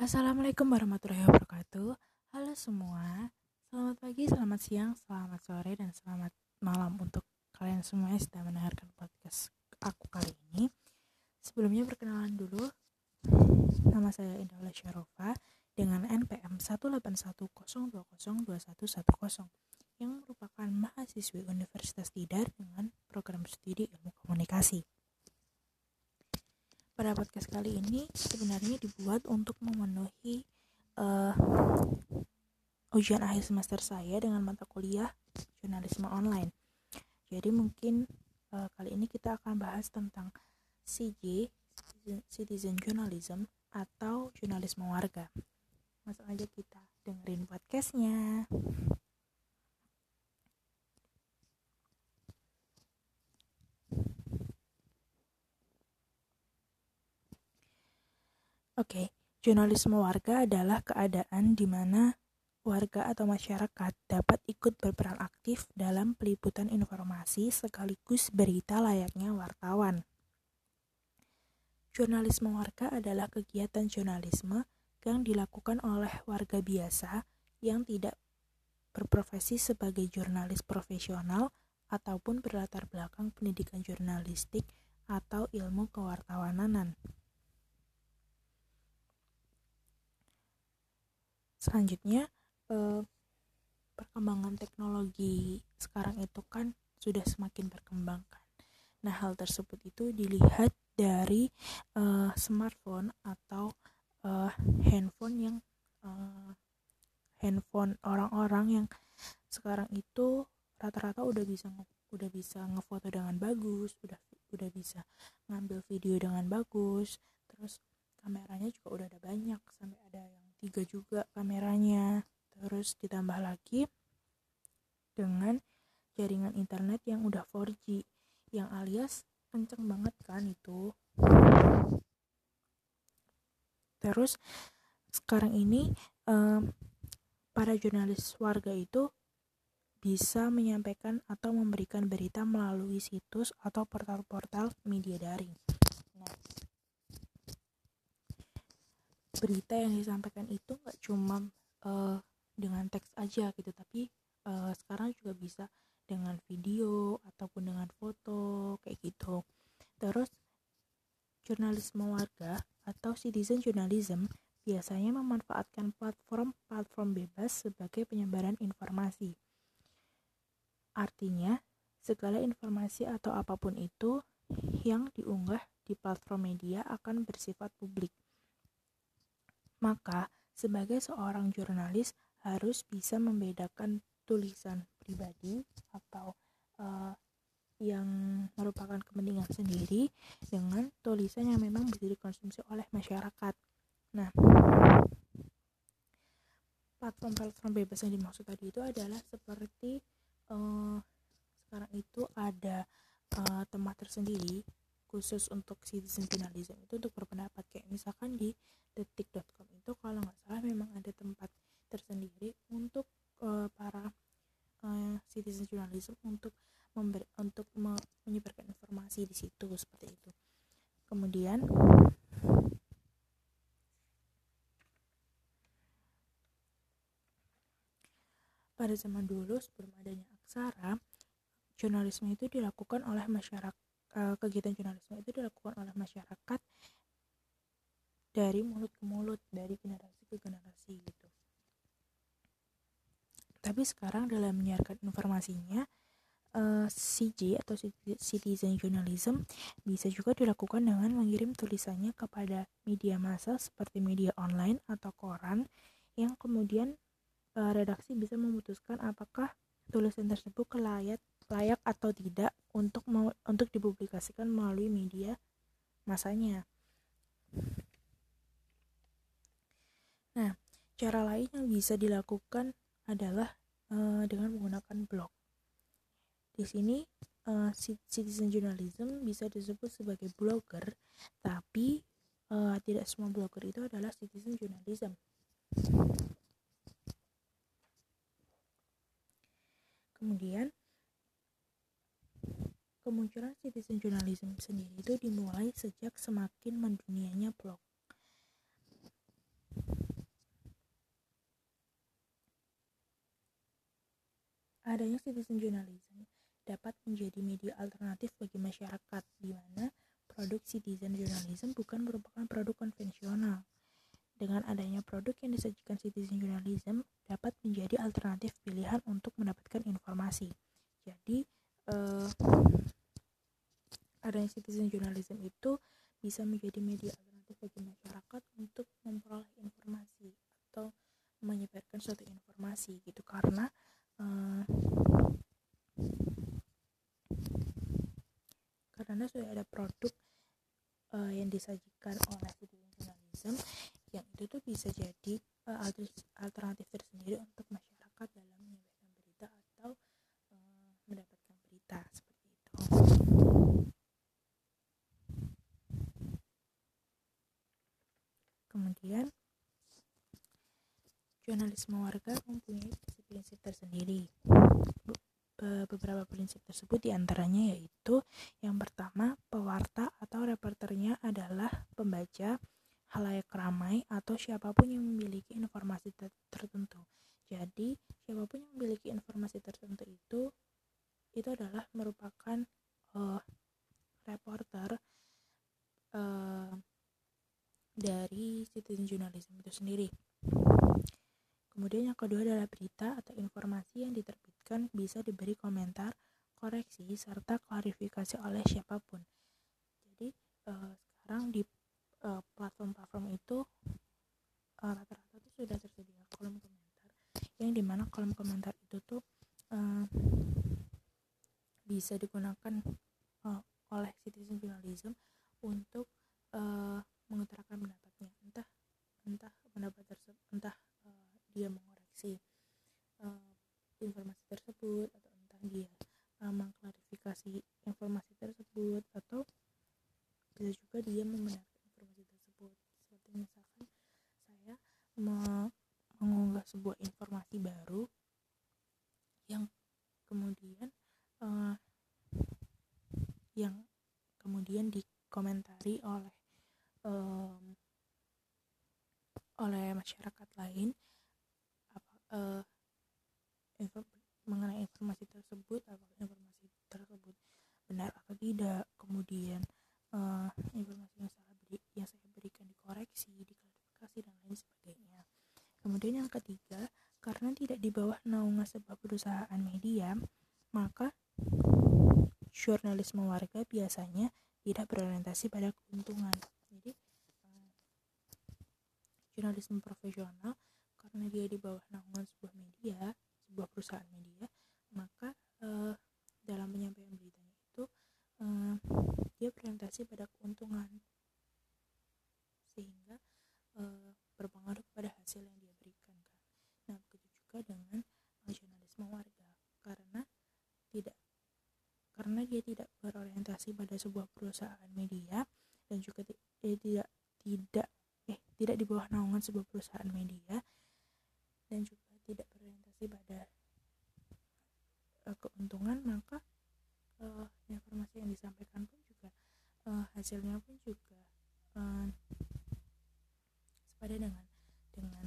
Assalamualaikum warahmatullahi wabarakatuh. Halo semua, selamat pagi, selamat siang, selamat sore, dan selamat malam untuk kalian semua yang sedang mendengarkan podcast aku kali ini. Sebelumnya perkenalan dulu, nama saya Indah Syarofa dengan NPM 18102021110 yang merupakan mahasiswi Universitas Tidar dengan program studi ilmu komunikasi. Pada podcast kali ini sebenarnya dibuat untuk memenuhi ujian akhir semester saya dengan mata kuliah jurnalisme online. Jadi mungkin kali ini kita akan bahas tentang CJ, Citizen Journalism atau jurnalisme warga. Langsung aja kita dengerin podcastnya. Oke, jurnalisme warga adalah keadaan di mana warga atau masyarakat dapat ikut berperan aktif dalam peliputan informasi sekaligus berita layaknya wartawan. Jurnalisme warga adalah kegiatan jurnalisme yang dilakukan oleh warga biasa yang tidak berprofesi sebagai jurnalis profesional ataupun berlatar belakang pendidikan jurnalistik atau ilmu kewartawananan. Selanjutnya, perkembangan teknologi sekarang itu kan sudah semakin berkembang kan. Nah, hal tersebut itu dilihat dari smartphone atau handphone orang-orang yang sekarang itu rata-rata udah bisa ngefoto dengan bagus, udah bisa ngambil video dengan bagus, terus kameranya juga udah ada banyak, sampai ada yang 3 juga kameranya. Terus ditambah lagi dengan jaringan internet yang udah 4G, yang alias kenceng banget kan itu. Terus sekarang ini para jurnalis warga itu bisa menyampaikan atau memberikan berita melalui situs atau portal-portal media daring. Nah, berita yang disampaikan itu nggak cuma dengan teks aja gitu, tapi sekarang juga bisa dengan video ataupun dengan foto kayak gitu. Terus jurnalisme warga atau citizen journalism biasanya memanfaatkan platform bebas sebagai penyebaran informasi. Artinya, segala informasi atau apapun itu yang diunggah di platform media akan bersifat publik. Maka, sebagai seorang jurnalis harus bisa membedakan tulisan pribadi atau yang merupakan kepentingan sendiri dengan tulisan yang memang bisa dikonsumsi oleh masyarakat. Nah, platform bebas yang dimaksud tadi itu adalah seperti sekarang itu ada tempat tersendiri khusus untuk citizen journalism itu untuk berpendapat, kayak misalkan di detik.com itu kalau nggak salah memang ada tempat tersendiri untuk para citizen journalism untuk menyebarkan informasi di situ seperti itu. Kemudian pada zaman dulu sebelum adanya aksara, jurnalisme itu dilakukan oleh masyarakat. Kegiatan jurnalisme itu dilakukan oleh masyarakat dari mulut ke mulut, dari generasi ke generasi gitu. Tapi sekarang dalam menyiarkan informasinya, CJ atau citizen journalism bisa juga dilakukan dengan mengirim tulisannya kepada media massa seperti media online atau koran, yang kemudian redaksi bisa memutuskan apakah tulisan tersebut layak atau tidak untuk dipublikasikan melalui media massanya. Nah, cara lain yang bisa dilakukan adalah dengan menggunakan blog. Di sini citizen journalism bisa disebut sebagai blogger, tapi tidak semua blogger itu adalah citizen journalism. Kemudian kemunculan citizen journalism sendiri itu dimulai sejak semakin mendunianya blog. adanya citizen journalism dapat menjadi media alternatif bagi masyarakat, di mana produk citizen journalism bukan merupakan produk konvensional. Dengan adanya produk yang disajikan citizen journalism dapat menjadi alternatif pilihan untuk mendapatkan informasi. Jadi, adanya citizen journalism itu bisa menjadi media alternatif bagi masyarakat untuk memperoleh informasi atau menyebarkan suatu informasi gitu, karena sudah ada produk yang disajikan oleh citizen journalism yang itu tuh bisa jadi alternatif tersendiri untuk masyarakat dalam menyampaikan berita atau mendapatkan berita seperti itu. Kemudian jurnalisme warga mempunyai prinsip-prinsip tersendiri. Beberapa prinsip tersebut diantaranya yaitu yang pertama, pewarta atau reporternya adalah pembaca, halayak ramai, atau siapapun yang memiliki informasi tertentu. Jadi siapapun yang memiliki informasi tertentu itu adalah merupakan reporter dari citizen journalism itu sendiri. Kemudian yang kedua adalah berita atau informasi yang diterbitkan bisa diberi komentar, koreksi, serta klarifikasi oleh siapapun. Jadi sekarang di platform-platform itu rata-rata itu sudah tersedia kolom komentar, yang dimana kolom komentar itu tuh bisa digunakan oleh citizen journalism untuk mengutarakan pendapatnya, entah pendapat tersebut, entah dia mengoreksi informasi tersebut, atau entah dia mengklarifikasi informasi tersebut, atau bisa juga dia membenarkan informasi tersebut. Seperti misalkan saya mengunggah sebuah informasi baru yang kemudian dikomentari oleh masyarakat lain mengenai informasi tersebut, apakah informasi tersebut benar atau tidak, kemudian informasi yang saya berikan dikoreksi, diklarifikasi, dan lain sebagainya. Kemudian yang ketiga, karena tidak di bawah naungan sebuah perusahaan media, maka jurnalisme warga biasanya tidak berorientasi pada keuntungan. Jadi jurnalisme profesional, karena dia di bawah naungan sebuah media, sebuah perusahaan media, maka dalam penyampaian beritanya itu dia berorientasi pada keuntungan, sehingga berpengaruh pada hasil yang dia berikan kan. Nah, begitu juga dengan jurnalisme warga, karena dia tidak berorientasi pada sebuah perusahaan media, dan juga tidak di bawah naungan sebuah perusahaan media, dan juga tidak berorientasi pada keuntungan, maka informasi yang disampaikan pun juga hasilnya pun juga sepadan dengan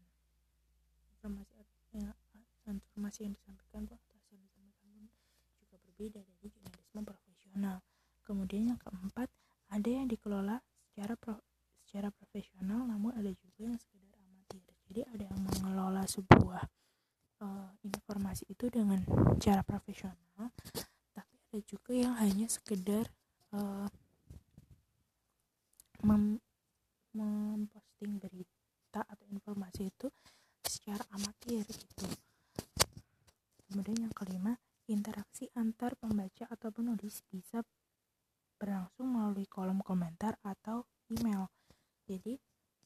informasi yang disampaikan pun, atau hasil yang disampaikan pun juga berbeda dari jurnalisme profesional. Kemudian yang keempat, ada yang dikelola secara profesional, namun ada juga yang sekedar amatir. Jadi ada yang mengelola sebuah informasi itu dengan cara profesional, tapi ada juga yang hanya sekedar memposting berita atau informasi itu secara amatir gitu. Kemudian yang kelima, interaksi antar pembaca atau penulis bisa berlangsung melalui kolom komentar atau email. Jadi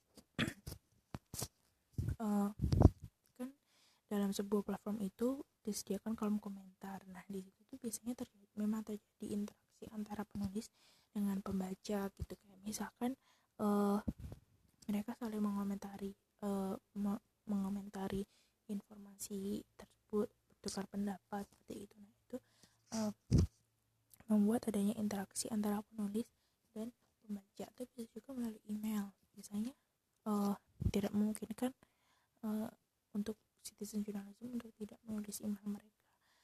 kan dalam sebuah platform itu disediakan kolom komentar. Nah, di situ tuh biasanya memang terjadi interaksi antara penulis dengan pembaca gitu. Kayak misalkan mereka saling mengomentari informasi tersebut, bertukar pendapat seperti itu. Nah, itu membuat adanya interaksi antara penulis dan pembaca. Tapi bisa juga melalui email. Biasanya tidak memungkinkan untuk citizen journalism untuk tidak menulis email mereka.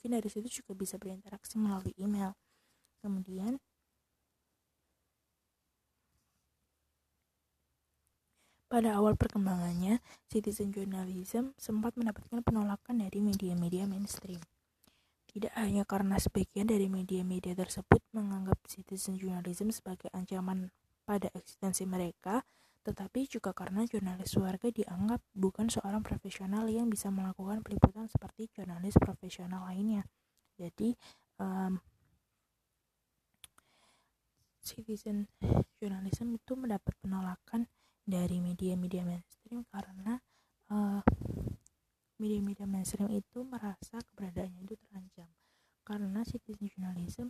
mungkin dari situ juga bisa berinteraksi melalui email. Kemudian pada awal perkembangannya, citizen journalism sempat mendapatkan penolakan dari media-media mainstream. Tidak hanya karena sebagian dari media-media tersebut menganggap citizen journalism sebagai ancaman pada eksistensi mereka, tetapi juga karena jurnalis warga dianggap bukan seorang profesional yang bisa melakukan peliputan seperti jurnalis profesional lainnya. Jadi, citizen journalism itu mendapat penolakan dari media-media mainstream karena media-media mainstream itu merasa keberadaannya itu terancam karena citizen journalism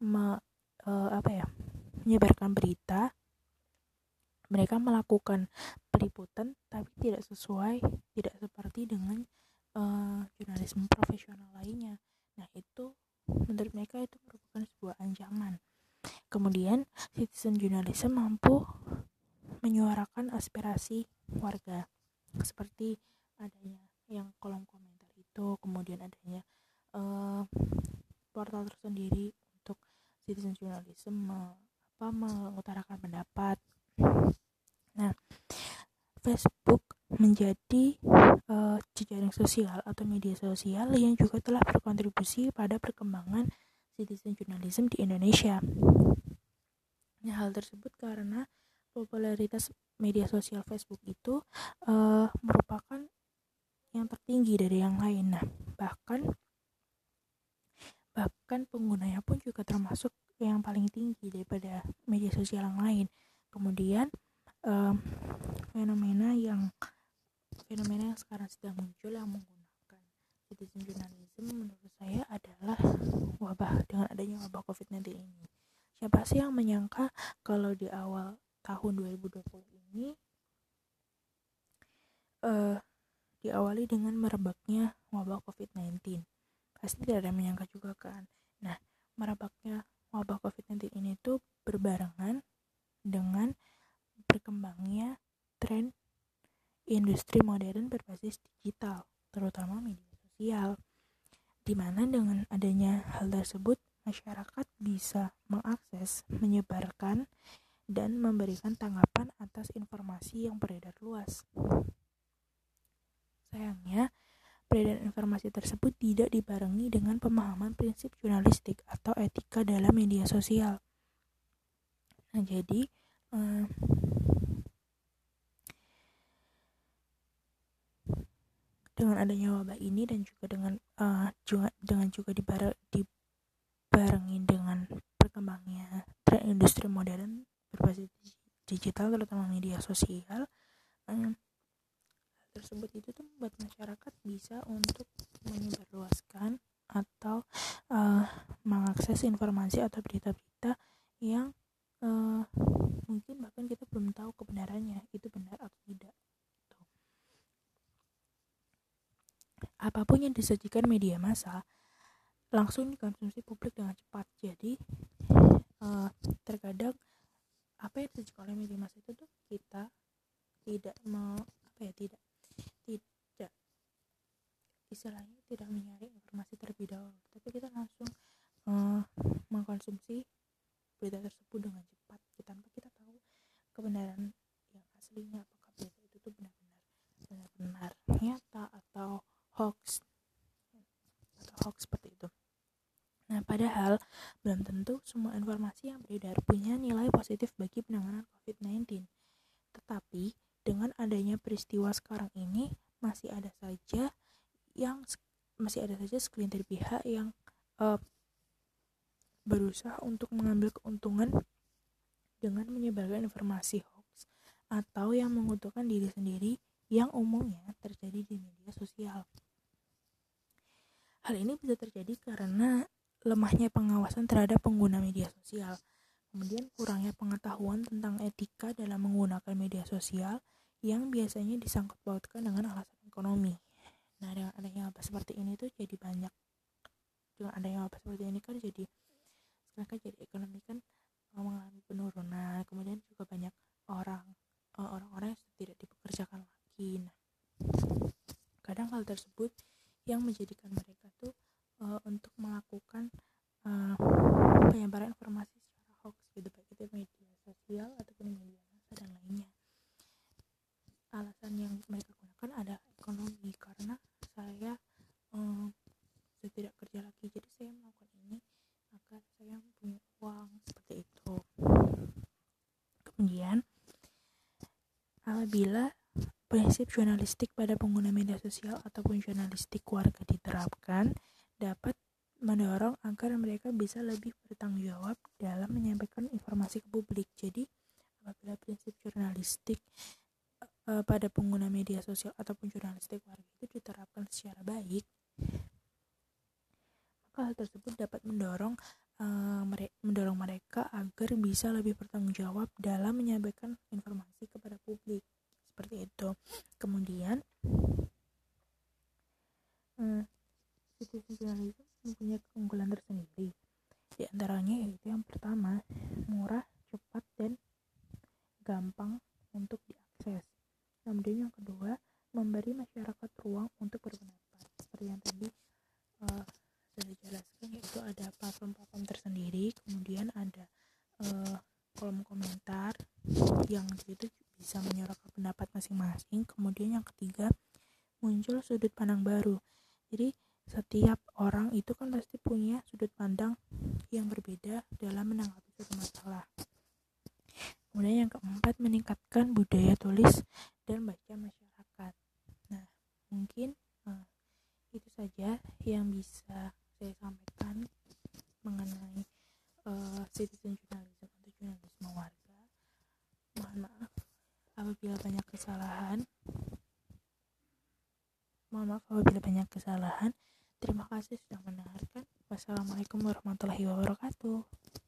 menyebarkan berita. Mereka melakukan peliputan tapi tidak seperti dengan jurnalisme profesional lainnya. Nah, itu menurut mereka itu merupakan sebuah ancaman. Kemudian citizen journalism mampu menyuarakan aspirasi warga, seperti adanya yang kolom komentar itu, kemudian adanya portal tersendiri untuk citizen journalism mengutarakan pendapat. Nah, Facebook menjadi jejaring sosial atau media sosial yang juga telah berkontribusi pada perkembangan citizen journalism di Indonesia. Nah, hal tersebut karena popularitas media sosial Facebook itu merupakan yang tertinggi dari yang lain. Nah, bahkan penggunanya pun juga termasuk yang paling tinggi daripada media sosial yang lain. Kemudian fenomena yang sekarang sedang muncul yang menggunakan citizen journalism menurut saya adalah dengan adanya wabah COVID-19 ini. Siapa sih yang menyangka kalau di awal tahun 2020 ini diawali dengan merebaknya wabah COVID-19. Pasti tidak ada yang menyangka juga kan. Nah, merebaknya wabah COVID-19 ini tuh berbarengan dengan berkembangnya tren industri modern berbasis digital, terutama media sosial, di mana dengan adanya hal tersebut masyarakat bisa mengakses, menyebarkan, dan memberikan tanggapan atas informasi yang beredar luas. Sayangnya, peredaran informasi tersebut tidak dibarengi dengan pemahaman prinsip jurnalistik atau etika dalam media sosial. Nah, jadi dengan adanya wabah ini dan juga dengan dibarengi dengan berkembangnya tren industri modern berbasis digital, terutama media sosial, tersebut itu tuh membuat masyarakat bisa untuk menyebarluaskan atau mengakses informasi atau berita-berita yang mungkin bahkan kita belum tahu kebenarannya itu benar atau tidak. Apapun yang disajikan media massa langsung dikonsumsi publik dengan cepat. Jadi terkadang apa yang disajikan oleh media massa itu tuh kita tidak istilahnya tidak menyaring informasi terlebih dahulu, tapi kita langsung mengkonsumsi berita tersebut dengan cepat tanpa kita tahu kebenaran yang aslinya, apakah berita itu tuh benar-benar nyata atau hoax seperti itu. Nah, padahal belum tentu semua informasi yang beredar punya nilai positif bagi penanganan COVID-19. Tetapi dengan adanya peristiwa sekarang ini masih ada saja segelintir pihak yang berusaha untuk mengambil keuntungan dengan menyebarkan informasi hoax atau yang menguntungkan diri sendiri yang umumnya terjadi di media sosial. Hal ini bisa terjadi karena lemahnya pengawasan terhadap pengguna media sosial, kemudian kurangnya pengetahuan tentang etika dalam menggunakan media sosial yang biasanya disangkut pautkan dengan alasan ekonomi. Nah, dengan adanya wabah seperti ini tuh jadi banyak. Dengan adanya wabah seperti ini kan jadi ekonomi kan mengalami penurunan. Kemudian juga banyak orang-orang yang tidak dipekerjakan lagi. Nah, kadang hal tersebut yang menjadikan mereka tuh untuk penyebaran informasi secara hoax gitu, baik itu media sosial ataupun media massa dan lainnya. Alasan yang mereka gunakan ada ekonomi, karena saya sudah tidak kerja lagi, jadi saya melakukan ini agar saya punya uang, seperti itu. Kemudian apabila prinsip jurnalistik pada pengguna media sosial ataupun jurnalistik warga diterapkan, dapat mendorong agar mereka bisa lebih bertanggung jawab dalam menyampaikan informasi ke publik. Jadi apabila prinsip jurnalistik pada pengguna media sosial ataupun jurnalistik warga itu diterapkan secara baik, maka hal tersebut dapat mendorong mereka agar bisa lebih bertanggung jawab dalam menyampaikan informasi kepada publik, seperti itu. Kemudian citizen journalism mempunyai keunggulan tersendiri. Di antaranya yaitu yang pertama, murah, cepat, dan gampang untuk diakses. Kemudian yang kedua, memberi masyarakat ruang untuk berpendapat. Seperti yang tadi sudah dijelaskan, yaitu ada platform-platform tersendiri, kemudian ada kolom komentar yang itu bisa menyuarakan pendapat masing-masing. Kemudian yang ketiga, muncul sudut pandang baru. Jadi setiap orang itu kan pasti punya sudut pandang yang berbeda dalam menanggapi suatu masalah. Kemudian yang keempat, meningkatkan budaya tulis dan baca masyarakat. Nah, mungkin itu saja yang bisa saya sampaikan mengenai citizen journalism atau jurnalisme warga. Mohon maaf apabila banyak kesalahan. Terima kasih sudah mendengarkan. Wassalamualaikum warahmatullahi wabarakatuh.